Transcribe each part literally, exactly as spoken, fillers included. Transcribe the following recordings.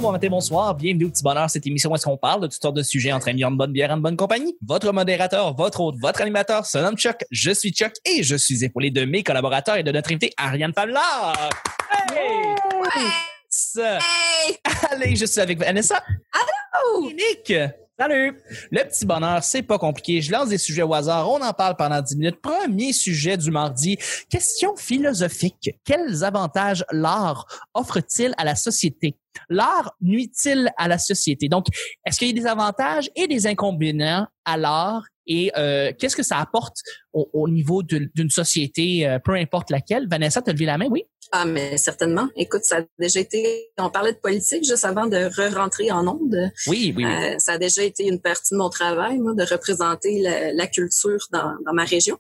bon matin, bonsoir. Bienvenue au Petit Bonheur, cette émission où est-ce qu'on parle de toutes sortes de sujets entre amis, en bonne bière, en bonne compagnie. Votre modérateur, votre hôte, votre animateur se nomme Chuck. Je suis Chuck et je suis épaulé de mes collaborateurs et de notre invité Ariane Pavlov. Hey! Ouais! Hey! Allez, je suis avec Vanessa. Allô! Et Nick. Salut! Le Petit Bonheur, c'est pas compliqué. Je lance des sujets au hasard. On en parle pendant dix minutes. Premier sujet du mardi. Question philosophique. Quels avantages l'art offre-t-il à la société? L'art nuit-il à la société? Donc, est-ce qu'il y a des avantages et des inconvénients à l'art? Et euh, qu'est-ce que ça apporte au, au niveau de, d'une société, euh, peu importe laquelle? Vanessa, t'as levé la main, oui? Ah, mais certainement. Écoute, ça a déjà été... On parlait de politique juste avant de re-rentrer en ondes. Oui, oui, oui. Euh, ça a déjà été une partie de mon travail, moi, de représenter la, la culture dans, dans ma région.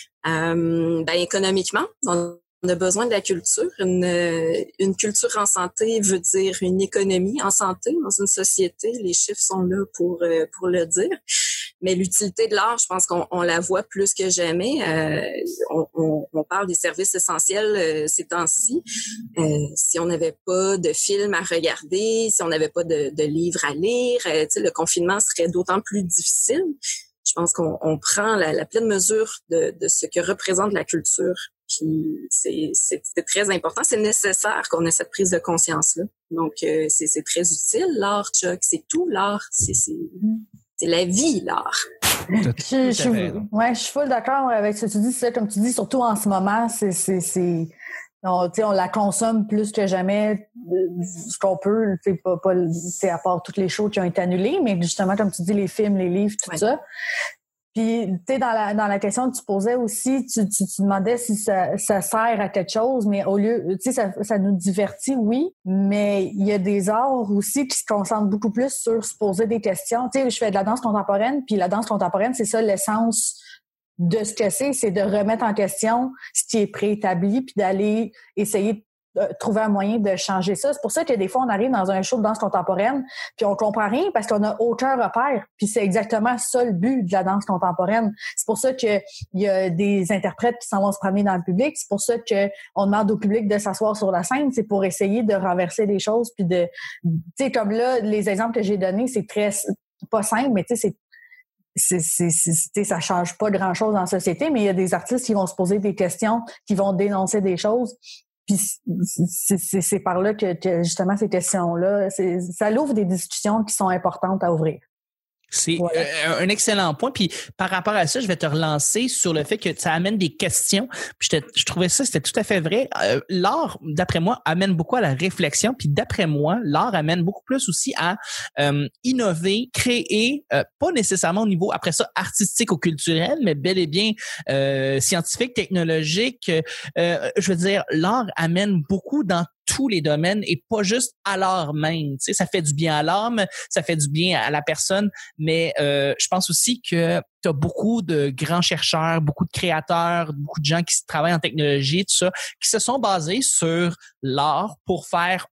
Euh, ben, économiquement, on On a besoin de la culture. Une, une culture en santé veut dire une économie en santé dans une société. Les chiffres sont là pour, pour le dire. Mais l'utilité de l'art, je pense qu'on on la voit plus que jamais. Euh, on, on, on parle des services essentiels euh, ces temps-ci. Euh, si on n'avait pas de films à regarder, si on n'avait pas de, de livres à lire, euh, tu sais, le confinement serait d'autant plus difficile. Je pense qu'on on prend la, la pleine mesure de, de ce que représente la culture. Puis c'est, c'est, c'est très important, c'est nécessaire qu'on ait cette prise de conscience-là. Donc, euh, c'est, c'est très utile, l'art, Chuck, c'est tout l'art, c'est, c'est, c'est la vie, l'art. Je, je, ouais, je suis full d'accord avec ce que tu dis. C'est ça, comme tu dis, surtout en ce moment, c'est... c'est, c'est... On, on la consomme plus que jamais, ce qu'on peut, pas, pas, à part toutes les shows qui ont été annulées, mais justement, comme tu dis, les films, les livres, tout ouais. ça. Puis, tu sais, dans la, dans la question que tu posais aussi, tu, tu, tu demandais si ça, ça sert à quelque chose, mais au lieu, tu sais, ça, ça nous divertit, oui, mais il y a des arts aussi qui se concentrent beaucoup plus sur se poser des questions. Tu sais, je fais de la danse contemporaine, puis la danse contemporaine, c'est ça l'essence de ce que c'est, c'est de remettre en question ce qui est préétabli, puis d'aller essayer de trouver un moyen de changer ça. C'est pour ça que des fois, on arrive dans un show de danse contemporaine, puis on comprend rien parce qu'on n'a aucun repère. Puis c'est exactement ça le but de la danse contemporaine. C'est pour ça qu'il y a des interprètes qui s'en vont se promener dans le public. C'est pour ça qu'on demande au public de s'asseoir sur la scène. C'est pour essayer de renverser les choses. Puis de, tu sais, comme là, les exemples que j'ai donnés, c'est très, pas simple, mais tu sais, c'est C'est, c'est, c'est, ça change pas grand-chose dans la société, mais il y a des artistes qui vont se poser des questions, qui vont dénoncer des choses. Puis c'est, c'est, c'est par là que, que justement ces questions-là, c'est, ça l'ouvre des discussions qui sont importantes à ouvrir. C'est voilà. euh, un excellent point. Puis par rapport à ça, je vais te relancer sur le fait que ça amène des questions. Puis je, te, je trouvais ça, c'était tout à fait vrai. Euh, l'art, d'après moi, amène beaucoup à la réflexion. Puis d'après moi, l'art amène beaucoup plus aussi à euh, innover, créer, euh, pas nécessairement au niveau, après ça, artistique ou culturel, mais bel et bien euh, scientifique, technologique. Euh, je veux dire, l'art amène beaucoup dans tous les domaines et pas juste à l'art même. Tu sais, ça fait du bien à l'âme, ça fait du bien à la personne, mais euh, je pense aussi que tu as beaucoup de grands chercheurs, beaucoup de créateurs, beaucoup de gens qui travaillent en technologie, tout ça, qui se sont basés sur l'art pour faire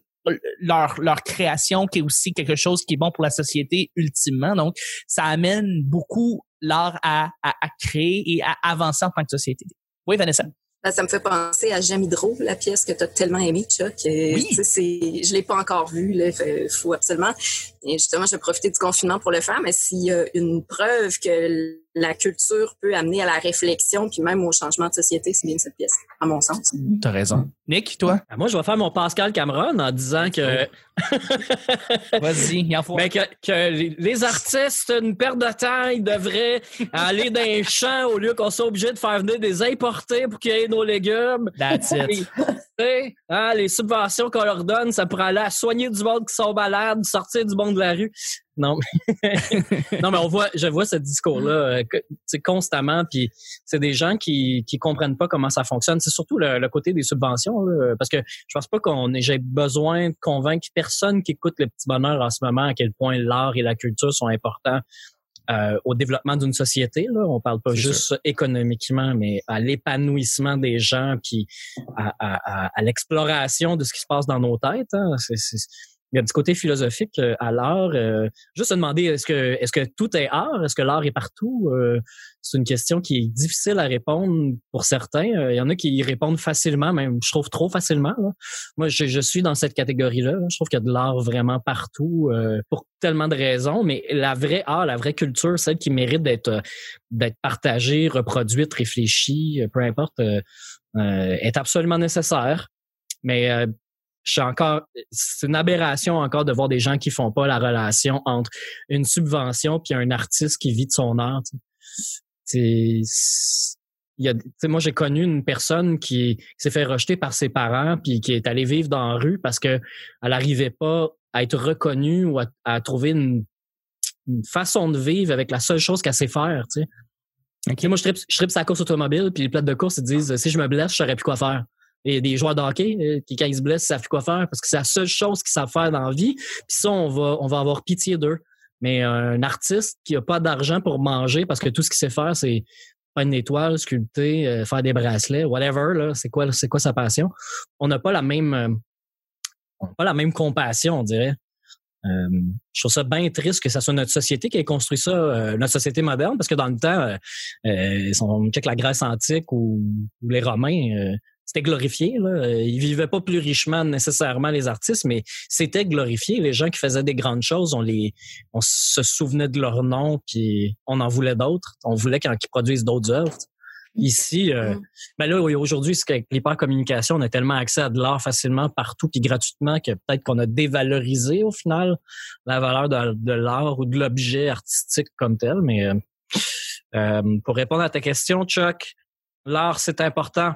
leur leur création, qui est aussi quelque chose qui est bon pour la société ultimement. Donc, ça amène beaucoup l'art à, à, à créer et à avancer en tant que société. Oui, Vanessa? Ça me fait penser à Jamie Drault, la pièce que tu as tellement aimée, Chuck. Oui. C'est, je l'ai pas encore vue, là. Il faut absolument. Et justement, je vais profiter du confinement pour le faire, mais s'il y a une preuve que la culture peut amener à la réflexion puis même au changement de société, c'est bien cette pièce, à mon sens. T'as raison. Nick, toi? Moi, je vais faire mon Pascal Cameron en disant que... Vas-y, il en faut. Ben, que, que les artistes, une perte de temps, ils devraient aller dans les champs au lieu qu'on soit obligé de faire venir des importés pour qu'ils aient nos légumes. That's it. Et, hein, les subventions qu'on leur donne, ça pourrait aller à soigner du monde qui sont malades, sortir du monde de la rue. Non, mais, non, mais on voit, je vois ce discours-là euh, que, constamment, puis c'est des gens qui qui comprennent pas comment ça fonctionne. C'est surtout le, le côté des subventions, là, parce que je pense pas qu'on ait j'ai besoin de convaincre personne qui écoute le Petit Bonheur en ce moment à quel point l'art et la culture sont importants euh, au développement d'une société. Là, on parle pas c'est juste sûr. économiquement, mais à l'épanouissement des gens, puis à, à, à, à l'exploration de ce qui se passe dans nos têtes. Hein. C'est, c'est, il y a du côté philosophique euh, à l'art. Euh, juste se demander, est-ce que est-ce que tout est art? Est-ce que l'art est partout? Euh, c'est une question qui est difficile à répondre pour certains. Euh, il y en a qui y répondent facilement, même je trouve trop facilement. Là. Moi, je, je suis dans cette catégorie-là. Je trouve qu'il y a de l'art vraiment partout euh, pour tellement de raisons, mais la vraie art, la vraie culture, celle qui mérite d'être d'être partagée, reproduite, réfléchie, peu importe, euh, euh, est absolument nécessaire. Mais euh, je suis encore, c'est une aberration encore de voir des gens qui font pas la relation entre une subvention puis un artiste qui vit de son art. C'est, il y a, tu sais, moi j'ai connu une personne qui, qui s'est fait rejeter par ses parents puis qui est allée vivre dans la rue parce que elle arrivait pas à être reconnue ou à, à trouver une, une façon de vivre avec la seule chose qu'elle sait faire. Tu sais, okay. Moi je tripe, je tripe sa course automobile puis les plates de course ils disent si je me blesse je saurais plus quoi faire. Et des joueurs de hockey qui, quand ils se blessent, ils savent plus quoi faire parce que c'est la seule chose qu'ils savent faire dans la vie. Puis ça, on va, on va avoir pitié d'eux. Mais un artiste qui a pas d'argent pour manger parce que tout ce qu'il sait faire, c'est peindre une étoile, sculpter, faire des bracelets, whatever, là, c'est quoi, c'est quoi sa passion? On n'a pas la même, on n'a pas la même compassion, on dirait. Euh, je trouve ça bien triste que ça soit notre société qui ait construit ça, euh, notre société moderne, parce que dans le temps, euh, euh, on check la Grèce antique ou, ou les Romains, euh, c'était glorifié, là. Ils vivaient pas plus richement nécessairement les artistes, mais c'était glorifié. Les gens qui faisaient des grandes choses, on les, on se souvenait de leur nom, puis on en voulait d'autres. On voulait qu'ils produisent d'autres œuvres. Ici, euh, mm. ben là, aujourd'hui, c'est qu'avec l'hypercommunication, on a tellement accès à de l'art facilement partout puis gratuitement que peut-être qu'on a dévalorisé au final la valeur de, de l'art ou de l'objet artistique comme tel. Mais euh, euh, pour répondre à ta question, Chuck, l'art, c'est important.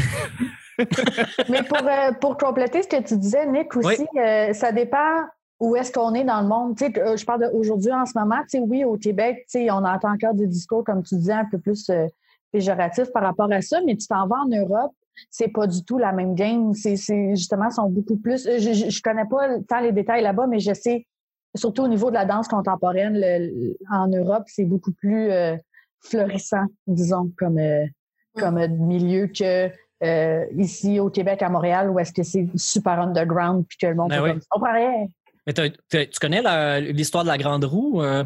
Mais pour, euh, pour compléter ce que tu disais, Nick, aussi, oui. euh, ça dépend où est-ce qu'on est dans le monde. Tu sais, euh, je parle d'aujourd'hui en ce moment. Tu sais, oui, au Québec, tu sais, on entend encore des discours, comme tu disais, un peu plus euh, péjoratifs par rapport à ça, mais tu t'en vas en Europe, c'est pas du tout la même game. C'est, c'est justement, sont beaucoup plus... Je, je, je connais pas tant les détails là-bas, mais je sais, surtout au niveau de la danse contemporaine, le, le, en Europe, c'est beaucoup plus euh, florissant, disons, comme, euh, mm. comme euh, milieu que... Euh, ici au Québec, à Montréal, où est-ce que c'est super underground puis que le monde ben oui. comme ça. On prend rien. Mais t'as, t'as, tu connais la, l'histoire de la Grande Roue? Euh,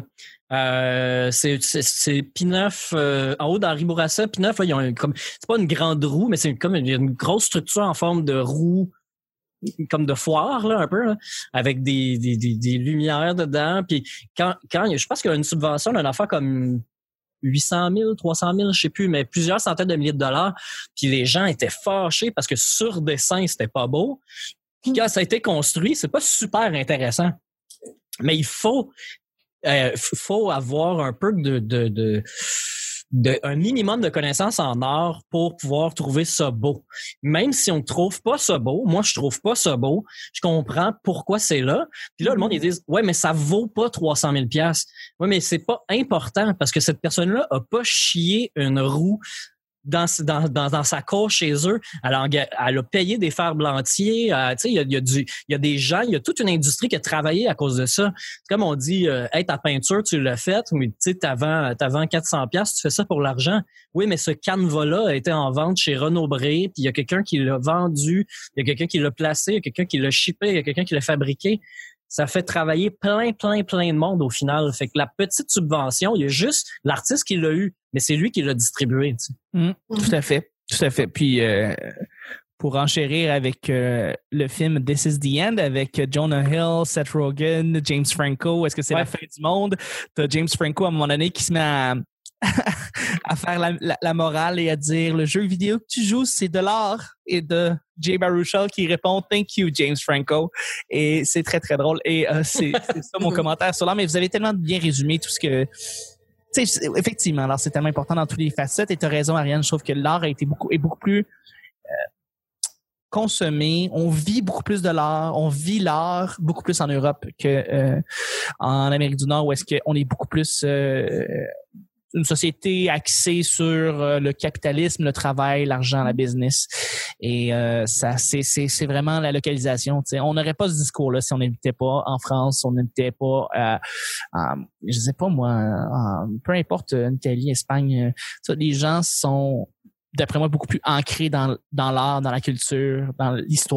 euh, c'est, c'est, c'est P-neuf, euh, en haut d'Henri Bourassa. P-neuf, ils ont comme, c'est pas une grande roue, mais c'est comme une, une grosse structure en forme de roue, comme de foire, là, un peu, là, avec des, des, des, des lumières dedans. Puis quand, quand, je pense qu'il y a une subvention d'une affaire comme huit cent mille, trois cent mille, je sais plus, mais plusieurs centaines de milliers de dollars. Puis les gens étaient fâchés parce que sur dessin, c'était pas beau. Puis quand ça a été construit, c'est pas super intéressant. Mais il faut, euh, faut avoir un peu de, de, de, de, un minimum de connaissances en art pour pouvoir trouver ça beau. Même si on trouve pas ça beau, moi je trouve pas ça beau, je comprends pourquoi c'est là. Puis là, le monde, ils disent, ouais, mais ça vaut pas trois cent mille piastres. Ouais, mais c'est pas important parce que cette personne-là a pas chié une roue dans, dans, dans, dans sa cour chez eux. Elle a, elle a payé des ferblantiers. Euh, tu sais, il y a, il y a du, il y a des gens, il y a toute une industrie qui a travaillé à cause de ça. C'est comme on dit, euh, hey, ta peinture, tu l'as faite, mais tu sais, t'avant, t'avant quatre cents piastres, tu fais ça pour l'argent. Oui, mais ce canevas-là a été en vente chez Renaud Bré, puis il y a quelqu'un qui l'a vendu, il y a quelqu'un qui l'a placé, il y a quelqu'un qui l'a shippé, il y a quelqu'un qui l'a fabriqué. Ça fait travailler plein, plein, plein de monde au final. Fait que la petite subvention, il y a juste l'artiste qui l'a eu, mais c'est lui qui l'a distribué. Tu sais. Mmh, tout à fait, tout à fait. Puis euh, pour enchérir avec euh, le film This is the End avec Jonah Hill, Seth Rogen, James Franco, est-ce que c'est ouais. la fin du monde? T'as James Franco à un moment donné qui se met à, à faire la, la, la morale et à dire le jeu vidéo que tu joues, c'est de l'art. Et de Jay Baruchel qui répond Thank you, James Franco. Et c'est très, très drôle. Et euh, c'est, c'est ça mon commentaire sur l'art. Mais vous avez tellement bien résumé tout ce que... Tu sais, effectivement, l'art, c'est tellement important dans toutes les facettes. Et tu as raison, Ariane. Je trouve que l'art a été beaucoup, est beaucoup plus euh, consommé. On vit beaucoup plus de l'art. On vit l'art beaucoup plus en Europe que euh, en Amérique du Nord, où est-ce qu'on est beaucoup plus... Euh, une société axée sur euh, le capitalisme, le travail, l'argent, la business. Et euh, ça, c'est, c'est, c'est vraiment la localisation. T'sais. On n'aurait pas ce discours-là si on n'habitait pas en France, on n'habitait pas, euh, en, je sais pas moi, en, peu importe, en Italie, Espagne. Ça, les gens sont, d'après moi, beaucoup plus ancrés dans, dans l'art, dans la culture, dans l'histoire.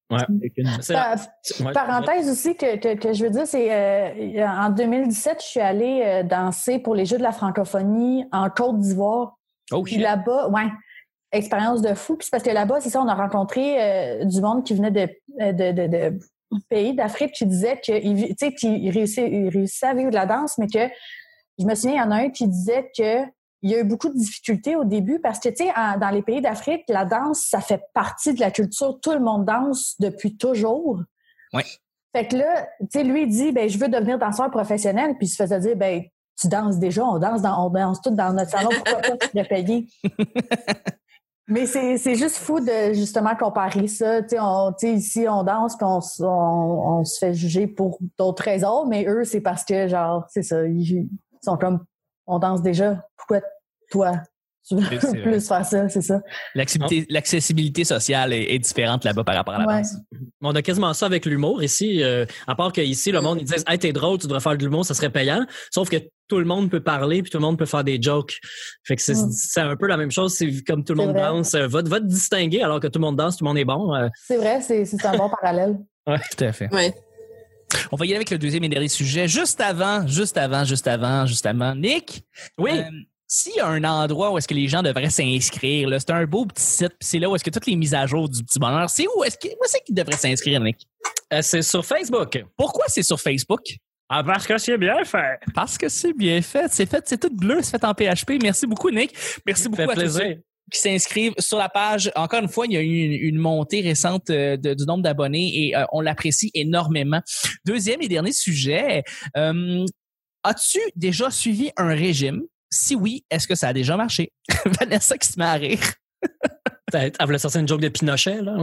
Ouais. Pa- ouais. Parenthèse aussi que, que, que je veux dire, c'est euh, en deux mille dix-sept, je suis allée euh, danser pour les Jeux de la francophonie en Côte d'Ivoire. Oh, puis là-bas, ouais, expérience de fou. Puis c'est parce que là-bas, c'est ça, on a rencontré euh, du monde qui venait de, de, de, de pays d'Afrique qui disait qu'il, tu sais, qu'il réussissait, il réussissait à vivre de la danse, mais que je me souviens, il y en a un qui disait que il y a eu beaucoup de difficultés au début parce que, tu sais, dans les pays d'Afrique, la danse, ça fait partie de la culture. Tout le monde danse depuis toujours. Oui. Fait que là, tu sais, lui, il dit, ben, je veux devenir danseur professionnel. Puis il se faisait dire, ben, tu danses déjà, on danse dans, on danse tout dans notre salon, pourquoi pas tu serais payé? Mais c'est, c'est juste fou de, justement, comparer ça. Tu sais, on, tu sais, ici, on danse puis on, on, on se fait juger pour d'autres raisons, mais eux, c'est parce que, genre, c'est ça, ils sont comme, on danse déjà. Pourquoi toi, tu veux c'est plus vrai. Faire ça, c'est ça? L'accessibilité, l'accessibilité sociale est, est différente là-bas par rapport à la ouais. danse. On a quasiment ça avec l'humour ici. Euh, à part qu'ici, le monde, ils disent « Hey, t'es drôle, tu devrais faire de l'humour, ça serait payant. » Sauf que tout le monde peut parler puis tout le monde peut faire des jokes. Fait que c'est, mm. c'est un peu la même chose. C'est comme tout le c'est monde vrai. Danse. Va, va te distinguer alors que tout le monde danse, tout le monde est bon. Euh. C'est vrai, c'est, c'est un bon parallèle. Ouais, tout à fait. Ouais. On va y aller avec le deuxième et dernier sujet. Juste avant, juste avant, juste avant, juste avant. Nick? Oui? Euh, s'il y a un endroit où est-ce que les gens devraient s'inscrire, là, c'est un beau petit site, puis c'est là où est-ce que toutes les mises à jour du petit bonheur, c'est où est-ce que, où est-ce qu'ils devraient s'inscrire, Nick? Euh, c'est sur Facebook. Pourquoi c'est sur Facebook? Ah, parce que c'est bien fait. Parce que c'est bien fait. C'est fait, c'est tout bleu, c'est fait en P H P. Merci beaucoup, Nick. Merci beaucoup fait à plaisir. tous ceux qui s'inscrivent sur la page. Encore une fois, il y a eu une, une montée récente de, du nombre d'abonnés et euh, on l'apprécie énormément. Deuxième et dernier sujet. Euh, as-tu déjà suivi un régime? Si oui, est-ce que ça a déjà marché? Vanessa qui se met à rire. Elle voulait sortir une joke de Pinochet, là.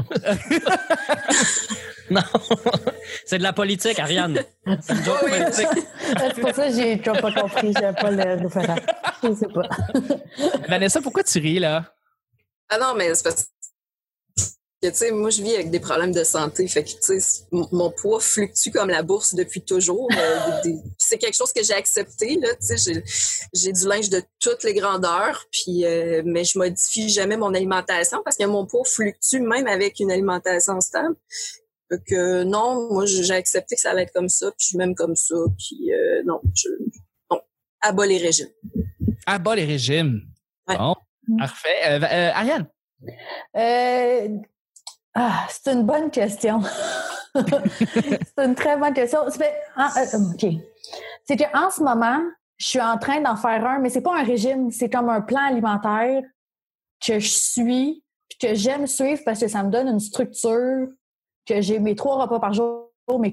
Non. C'est de la politique, Ariane. C'est une joke politique. C'est pour ça que j'ai pas compris. J'ai pas le référent. Je sais pas. Vanessa, pourquoi tu ris, là? Ah non, mais c'est parce que, tu sais, moi, je vis avec des problèmes de santé. Fait que, tu sais, mon poids fluctue comme la bourse depuis toujours. Euh, des, c'est quelque chose que j'ai accepté, là. Tu sais, j'ai, j'ai du linge de toutes les grandeurs, puis, euh, mais je modifie jamais mon alimentation parce que mon poids fluctue même avec une alimentation stable. Fait que, non, moi, j'ai accepté que ça allait être comme ça, puis je suis même comme ça, puis, euh, non, je, non, abat les régimes. Abat les régimes. Ouais. Bon, parfait. Euh, euh, Ariane? Euh, ah, c'est une bonne question. C'est une très bonne question. C'est, ah, euh, OK. C'est qu'en ce moment, je suis en train d'en faire un, mais c'est pas un régime, c'est comme un plan alimentaire que je suis, puis que j'aime suivre parce que ça me donne une structure, que j'ai mes trois repas par jour, mes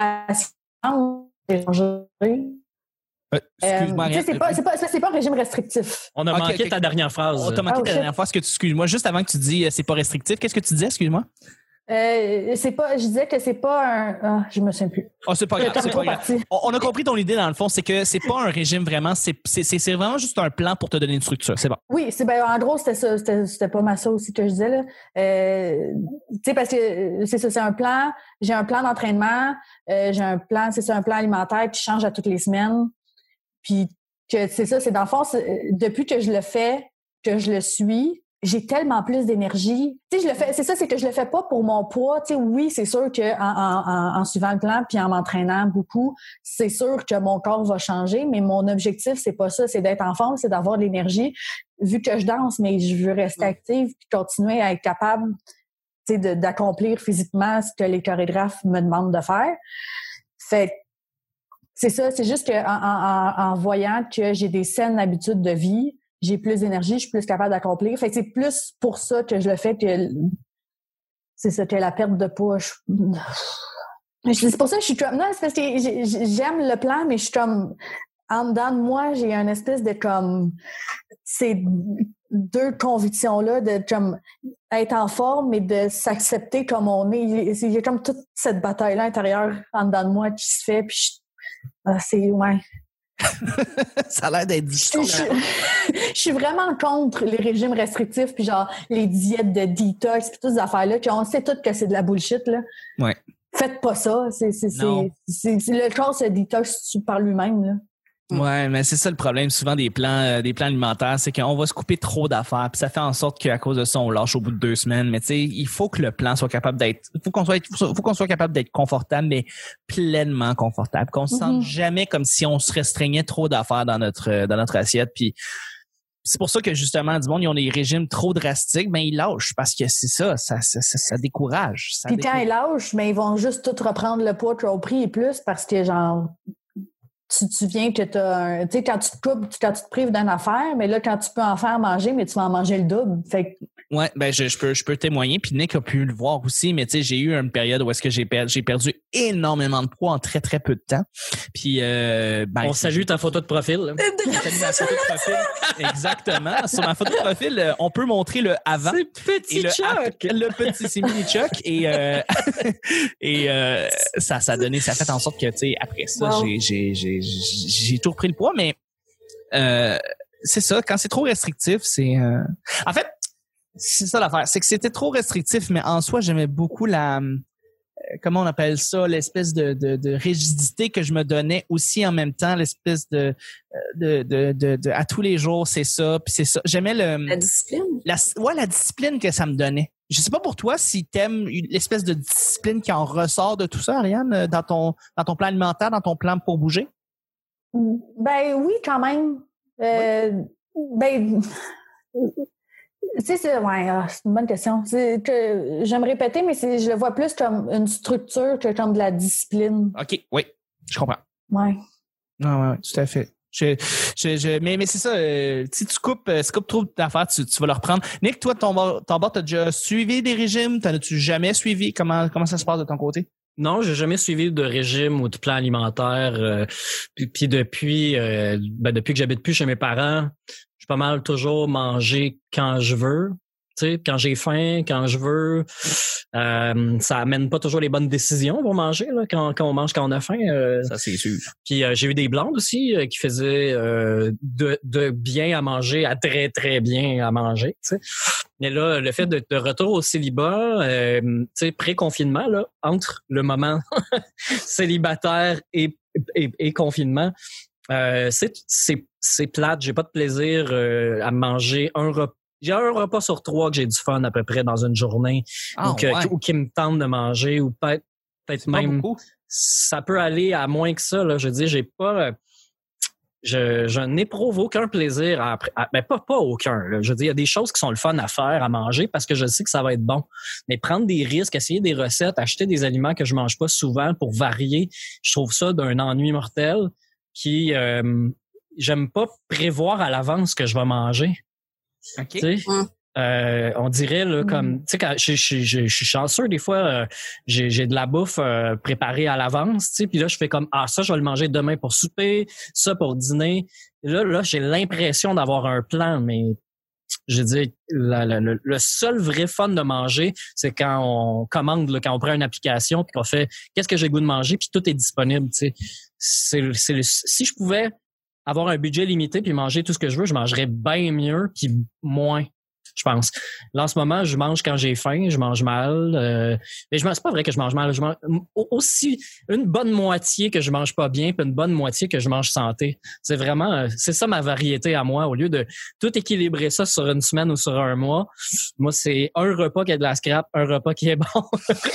euh, excuse-moi, euh, c'est pas, c'est pas, c'est pas un régime restrictif. On a okay, manqué okay. ta dernière phrase. On t'a manqué oh, ta dernière phrase. Que tu, excuse-moi, juste avant que tu dis euh, c'est pas restrictif, qu'est-ce que tu disais, excuse-moi? Euh, c'est pas, je disais que c'est pas un. Ah, je me souviens plus. Oh, c'est pas grave. C'est pas grave. On, on a compris ton idée dans le fond, c'est que c'est pas un régime vraiment, c'est, c'est, c'est, c'est vraiment juste un plan pour te donner une structure. C'est bon. Oui, c'est ben en gros c'était ça, c'était, c'était pas mal ça aussi que je disais là. Euh, tu sais parce que c'est ça, c'est un plan. J'ai un plan d'entraînement, euh, j'ai un plan, c'est ça, un plan alimentaire qui change à toutes les semaines. Puis que c'est ça, c'est dans le fond, c'est, depuis que je le fais, que je le suis. J'ai tellement plus d'énergie. Tu sais, je le fais. C'est ça, c'est que je le fais pas pour mon poids. Tu sais, oui, c'est sûr que en, en, en suivant le plan puis en m'entraînant beaucoup, c'est sûr que mon corps va changer. Mais mon objectif, c'est pas ça. C'est d'être en forme, c'est d'avoir de l'énergie. Vu que je danse, mais je veux rester active puis continuer à être capable, tu sais, de, d'accomplir physiquement ce que les chorégraphes me demandent de faire. Fait c'est ça. C'est juste que en, en, en voyant que j'ai des saines habitudes de vie. J'ai plus d'énergie, je suis plus capable d'accomplir. Fait que c'est plus pour ça que je le fais que c'est ça que la perte de poids. Je... C'est pour ça que je suis comme non, c'est parce que j'aime le plan, mais je suis comme en dedans de moi, j'ai une espèce de comme ces deux convictions là de comme être en forme mais de s'accepter comme on est. Il y a comme toute cette bataille là intérieure en dedans de moi qui se fait. Puis je... c'est ouais. Ça a l'air d'être difficile. Je, je, je suis vraiment contre les régimes restrictifs puis genre les diètes de détox puis toutes ces affaires-là qu'on sait toutes que c'est de la bullshit là. Ouais. Faites pas ça. C'est, c'est, c'est, c'est, c'est, le corps se détoxe par lui-même là. Ouais, mais c'est ça le problème souvent des plans euh, des plans alimentaires, c'est qu'on va se couper trop d'affaires, puis ça fait en sorte qu'à cause de ça, on lâche au bout de deux semaines. Mais tu sais, il faut que le plan soit capable d'être, faut qu'on soit, faut qu'on soit capable d'être confortable, mais pleinement confortable, qu'on se sente mm-hmm. jamais comme si on se restreignait trop d'affaires dans notre dans notre assiette. Puis c'est pour ça que justement, du monde, ils ont des régimes trop drastiques, ben ils lâchent parce que c'est ça, ça, ça, ça, ça décourage. Ça Puis décourage. quand ils lâchent, ben ils vont juste tout reprendre le poids trop pris et plus parce que genre tu te souviens que tu as un. Tu sais, quand tu te coupes, quand tu te prives d'une affaire, mais là, quand tu peux en faire manger, mais tu vas en manger le double. Fait que. Ouais, ben je, je peux je peux témoigner, puis Nick a pu le voir aussi, mais tu sais, j'ai eu une période où est-ce que j'ai perdu j'ai perdu énormément de poids en très très peu de temps. Puis euh, ben on salue ta photo de profil. On salue ma photo de profil. Exactement. Sur ma photo de profil, on peut montrer le avant. C'est petit et le Chuck. Après, le petit c'est mini Chuck et euh, et euh, ça ça a donné ça a fait en sorte que tu sais après ça, wow. j'ai j'ai j'ai j'ai tout repris le poids, mais euh, c'est ça, quand c'est trop restrictif, c'est euh... en fait c'est ça l'affaire, c'est que c'était trop restrictif, mais en soi, j'aimais beaucoup la, euh, comment on appelle ça, l'espèce de, de, de rigidité que je me donnais aussi en même temps, l'espèce de, de, de, de, de à tous les jours, c'est ça, puis c'est ça. J'aimais le la discipline. La, ouais, la discipline que ça me donnait. Je sais pas pour toi si t'aimes l'espèce de discipline qui en ressort de tout ça, Ariane, dans ton, dans ton plan alimentaire, dans ton plan pour bouger. Ben oui, quand même. Euh, oui. Ben. Tu sais, c'est, ouais, c'est une bonne question. C'est que j'aime répéter, mais c'est, je le vois plus comme une structure que comme de la discipline. OK, oui, je comprends. Ouais. Ah ouais, ouais, tout à fait. Je, je, je, mais, mais c'est ça, euh, si tu coupes, euh, si tu coupes trop d'affaires, tu, tu vas le reprendre. Nick, toi, ton bord, ton bord, t'as déjà suivi des régimes? T'en as-tu jamais suivi? Comment, comment ça se passe de ton côté? Non, j'ai jamais suivi de régime ou de plan alimentaire. Euh, puis, puis depuis, euh, ben depuis que j'habite plus chez mes parents, je suis pas mal toujours manger quand je veux. Tu sais, quand j'ai faim, quand je veux. Euh, ça amène pas toujours les bonnes décisions pour manger là, quand, quand on mange quand on a faim. Euh. Ça, c'est sûr. Puis euh, j'ai eu des blondes aussi euh, qui faisaient euh, de, de bien à manger à très, très bien à manger. Tu sais. Mais là, le fait de, de retour au célibat, euh, tu sais, pré-confinement, là, entre le moment célibataire et, et, et confinement, euh, c'est, c'est, c'est plate. J'ai pas de plaisir euh, à manger un repas. J'ai un repas sur trois que j'ai du fun à peu près dans une journée oh, ou, que, ouais. ou qui me tente de manger ou peut-être, peut-être même ça peut aller à moins que ça. Là. Je veux dire, j'ai pas... Je, je n'éprouve aucun plaisir à, à ben pas pas aucun. Là. Je veux dire, il y a des choses qui sont le fun à faire, à manger parce que je sais que ça va être bon. Mais prendre des risques, essayer des recettes, acheter des aliments que je mange pas souvent pour varier, je trouve ça d'un ennui mortel qui euh, j'aime pas prévoir à l'avance ce que je vais manger. OK. Tu sais, euh, on dirait là, comme tu sais quand je, je, je, je suis chanceux des fois euh, j'ai, j'ai de la bouffe euh, préparée à l'avance, tu sais, puis là je fais comme ah ça je vais le manger demain pour souper, ça pour dîner. Et là là j'ai l'impression d'avoir un plan, mais je dis la, la, le, le seul vrai fun de manger, c'est quand on commande, là, quand on prend une application puis qu'on fait qu'est-ce que j'ai le goût de manger puis tout est disponible, tu sais. C'est, c'est le, si je pouvais avoir un budget limité puis manger tout ce que je veux, je mangerais bien mieux puis moins, je pense. Là, en ce moment, je mange quand j'ai faim, je mange mal. Euh, mais je mange, c'est pas vrai que je mange mal. Je mange aussi une bonne moitié que je mange pas bien puis une bonne moitié que je mange santé. C'est vraiment, c'est ça ma variété à moi. Au lieu de tout équilibrer ça sur une semaine ou sur un mois, moi, c'est un repas qui a de la scrap, un repas qui est bon.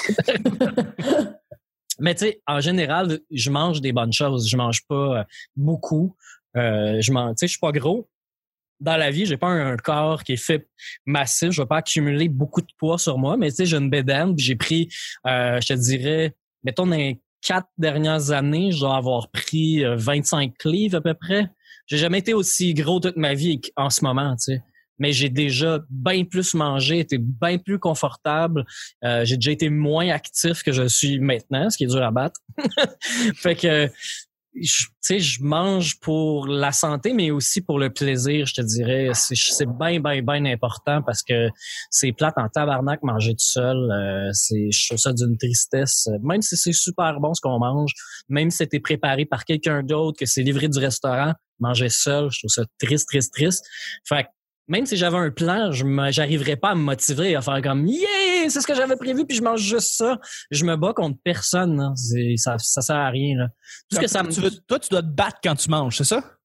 Mais tu sais, en général, je mange des bonnes choses. Je mange pas beaucoup. Euh, je mange, tu sais, je suis pas gros. Dans la vie, j'ai pas un, un corps qui est fait massif. Je vais pas accumuler beaucoup de poids sur moi, mais tu sais, j'ai une bédaine. J'ai pris, euh, je te dirais, mettons dans les quatre dernières années, je dois avoir pris vingt-cinq livres à peu près. J'ai jamais été aussi gros toute ma vie en ce moment, tu sais. Mais j'ai déjà bien plus mangé, été bien plus confortable. Euh, j'ai déjà été moins actif que je suis maintenant, ce qui est dur à battre. Fait que, tu sais, je mange pour la santé, mais aussi pour le plaisir, je te dirais. C'est, c'est bien, bien, bien important parce que c'est plate en tabarnak manger tout seul. Euh, c'est, je trouve ça d'une tristesse. Même si c'est super bon ce qu'on mange, même si c'était préparé par quelqu'un d'autre, que c'est livré du restaurant, manger seul, je trouve ça triste, triste, triste. Fait que, même si j'avais un plan, je me, j'arriverais pas à me motiver à faire comme yeah, c'est ce que j'avais prévu puis je mange juste ça. Je me bats contre personne, hein. C'est, ça, ça sert à rien là. Tout ce que ça me... tu veux, toi, tu dois te battre quand tu manges, c'est ça?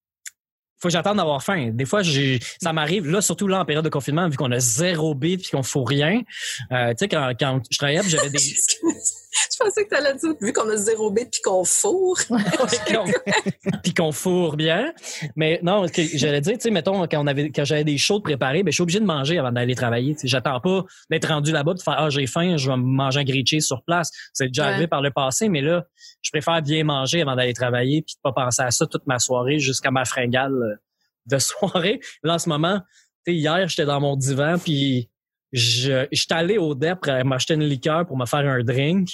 faut que j'attende d'avoir faim. Des fois, j'ai, ça m'arrive, là, surtout là, en période de confinement, vu qu'on a zéro bide puis qu'on fout rien. Euh, tu sais, quand, quand je travaillais, j'avais des... Je pensais que t'allais dire, vu qu'on a zéro bide puis qu'on fourre. Puis qu'on fourre bien. Mais non, que j'allais dire, tu sais, mettons, quand on avait, quand j'avais des shows de préparer, ben, je suis obligé de manger avant d'aller travailler. T'sais, j'attends pas d'être rendu là-bas de faire, ah, j'ai faim, je vais manger un grilled cheese sur place. C'est déjà arrivé ouais. par le passé, mais là, je préfère bien manger avant d'aller travailler puis de pas penser à ça toute ma soirée jusqu'à ma fringale de soirée. Là, en ce moment, tu sais, hier, j'étais dans mon divan puis je, j'étais allé au D E P pour m'acheter une liqueur pour me faire un drink.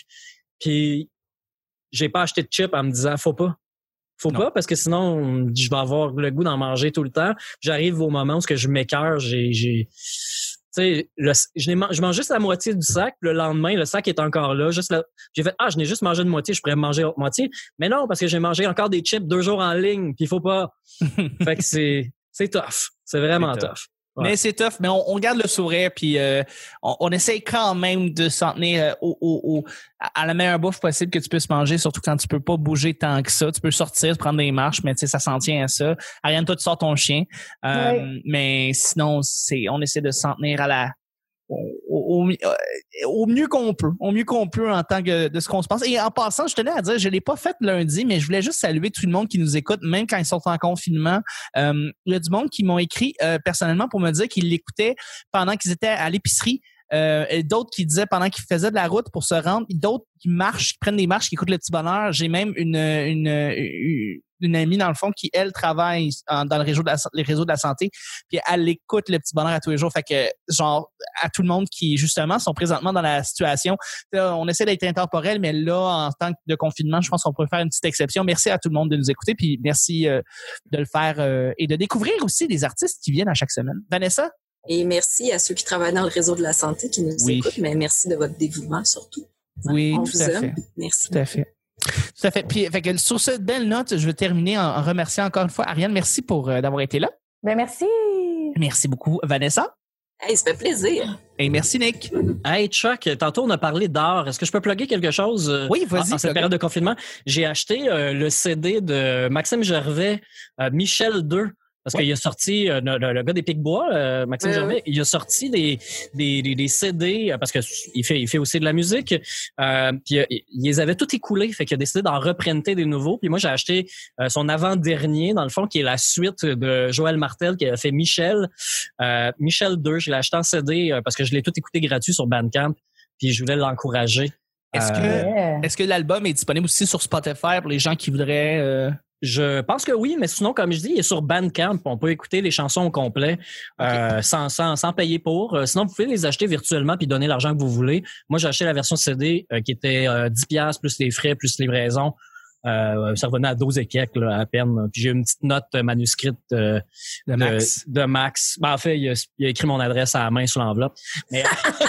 Puis j'ai pas acheté de chips en me disant faut pas. Faut non. pas parce que sinon je vais avoir le goût d'en manger tout le temps. J'arrive au moment où que je m'écœure, j'ai j'ai tu sais je, je mange juste la moitié du sac, le lendemain le sac est encore là, juste là. J'ai fait ah, je n'ai juste mangé de moitié, je pourrais manger l'autre moitié. Mais non, parce que j'ai mangé encore des chips deux jours en ligne, puis il faut pas. Fait que c'est c'est tough. C'est vraiment c'est tough. tough. Ouais. Mais c'est tough, mais on, on garde le sourire, puis euh, on, on essaye quand même de s'en tenir euh, au, au, au, à la meilleure bouffe possible que tu puisses manger, surtout quand tu peux pas bouger tant que ça. Tu peux sortir, prendre des marches, mais tu sais, ça s'en tient à ça. Ariane, toi, tu sors ton chien. Euh, oui. Mais sinon, c'est on essaie de s'en tenir à la au, au, au mieux qu'on peut, au mieux qu'on peut en tant que de ce qu'on se passe. Et en passant, je tenais à dire, je l'ai pas fait lundi, mais je voulais juste saluer tout le monde qui nous écoute, même quand ils sont en confinement. Euh, il y a du monde qui m'ont écrit euh, personnellement pour me dire qu'ils l'écoutaient pendant qu'ils étaient à l'épicerie. Euh, et d'autres qui disaient pendant qu'ils faisaient de la route pour se rendre, d'autres qui marchent, qui prennent des marches, qui écoutent le petit bonheur. J'ai même une une une, une amie dans le fond qui elle travaille en, dans le réseau de la, les réseaux de la santé, puis elle écoute le petit bonheur à tous les jours. Fait que genre à tout le monde qui justement sont présentement dans la situation, là, on essaie d'être intemporel, mais là en temps de confinement, je pense qu'on pourrait faire une petite exception. Merci à tout le monde de nous écouter, puis merci euh, de le faire euh, et de découvrir aussi des artistes qui viennent à chaque semaine. Vanessa? Et merci à ceux qui travaillent dans le réseau de la santé qui nous oui. écoutent, mais merci de votre dévouement surtout. Oui, on tout vous à aime. fait. Merci. Tout à fait. Tout à fait. Puis, fait que sur cette belle note, je veux terminer en, en remerciant encore une fois Ariane. Merci pour euh, d'avoir été là. Ben merci. Merci beaucoup, Vanessa. Hey, ça fait plaisir. Et merci, Nick. Hey, Chuck, tantôt, on a parlé d'art. Est-ce que je peux plugger quelque chose? Oui, vas-y. En, en cette période de confinement, j'ai acheté euh, le C D de Maxime Gervais, euh, Michel deux. Parce ouais. qu'il a sorti, euh, le, le gars des Pic-Bois, euh, Maxime ouais, Gervais, ouais. il a sorti des, des, des, des C D, parce que il fait, il fait aussi de la musique, euh, puis euh, il les avait tout écoulés, fait qu'il a décidé d'en reprinter des nouveaux. Puis moi, j'ai acheté euh, son avant-dernier, dans le fond, qui est la suite de Joël Martel, qui a fait Michel. Euh, Michel deux, je l'ai acheté en C D euh, parce que je l'ai tout écouté gratuit sur Bandcamp, puis je voulais l'encourager. Est-ce que, euh, est-ce que l'album est disponible aussi sur Spotify pour les gens qui voudraient... Euh... Je pense que oui, mais sinon, comme je dis, il est sur Bandcamp. On peut écouter les chansons au complet okay. euh, sans, sans, sans payer pour. Euh, sinon, vous pouvez les acheter virtuellement puis donner l'argent que vous voulez. Moi, j'ai acheté la version C D euh, qui était euh, dix dollars plus les frais, plus livraison. Euh, ça revenait à douze et quelques là, à peine. Puis j'ai une petite note manuscrite euh, de, de Max. De Max. Ben, en fait, il a, il a écrit mon adresse à la main sur l'enveloppe. Mais,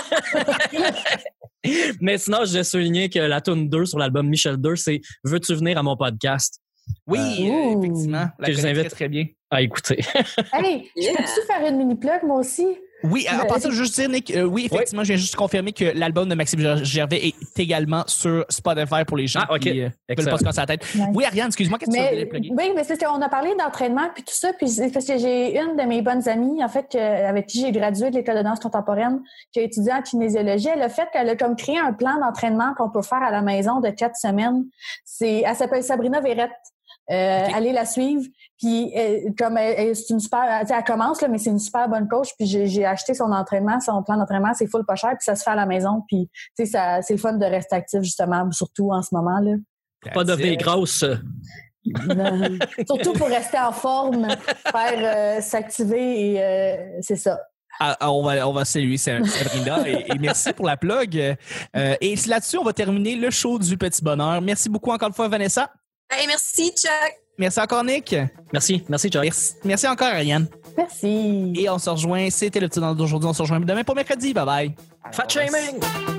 mais sinon, j'ai souligné que la tune deux sur l'album Michel deux, c'est « Veux-tu venir à mon podcast ?» Oui, euh, effectivement. La que je vous invite très, très bien. À écouter. Hey, yeah. Peux-tu faire une mini-plug, moi aussi? Oui, en passant, juste dire, Nick, euh, oui, effectivement, oui. je viens juste confirmer que l'album de Maxime Gervais est également sur Spotify pour les gens ah, okay. qui euh, veulent pas se casser la tête. Ouais. Oui, Ariane, excuse-moi, qu'est-ce que tu voulais plugger? Oui, mais c'est qu'on a parlé d'entraînement puis tout ça, puis c'est parce que j'ai une de mes bonnes amies, en fait, avec qui j'ai gradué de l'École de danse contemporaine, qui a étudié en kinésiologie. Elle a fait qu'elle a comme créé un plan d'entraînement qu'on peut faire à la maison de quatre semaines. C'est, elle s'appelle Sabrina Verrette. Euh, okay. Allez la suivre. Puis euh, comme elle, elle, c'est une super, elle commence là, mais c'est une super bonne coach. Puis j'ai, j'ai acheté son entraînement, son plan d'entraînement, c'est full pas cher, puis ça se fait à la maison. Puis tu sais, ça, c'est le fun de rester actif justement, surtout en ce moment là. Pas devenir grosse. Non, surtout pour rester en forme, faire euh, s'activer et euh, c'est ça. Ah, on va on va saluer Sabrina et, et merci pour la plug. Euh, et là-dessus, on va terminer le show du Petit Bonheur. Merci beaucoup encore une fois, Vanessa. Hey, merci, Chuck. Merci encore, Nick. Merci. Merci, Chuck. Merci, merci encore, Ariane. Merci. Et on se rejoint. C'était le petit dans d'aujourd'hui. On se rejoint demain pour mercredi. Bye bye. Fat shaming.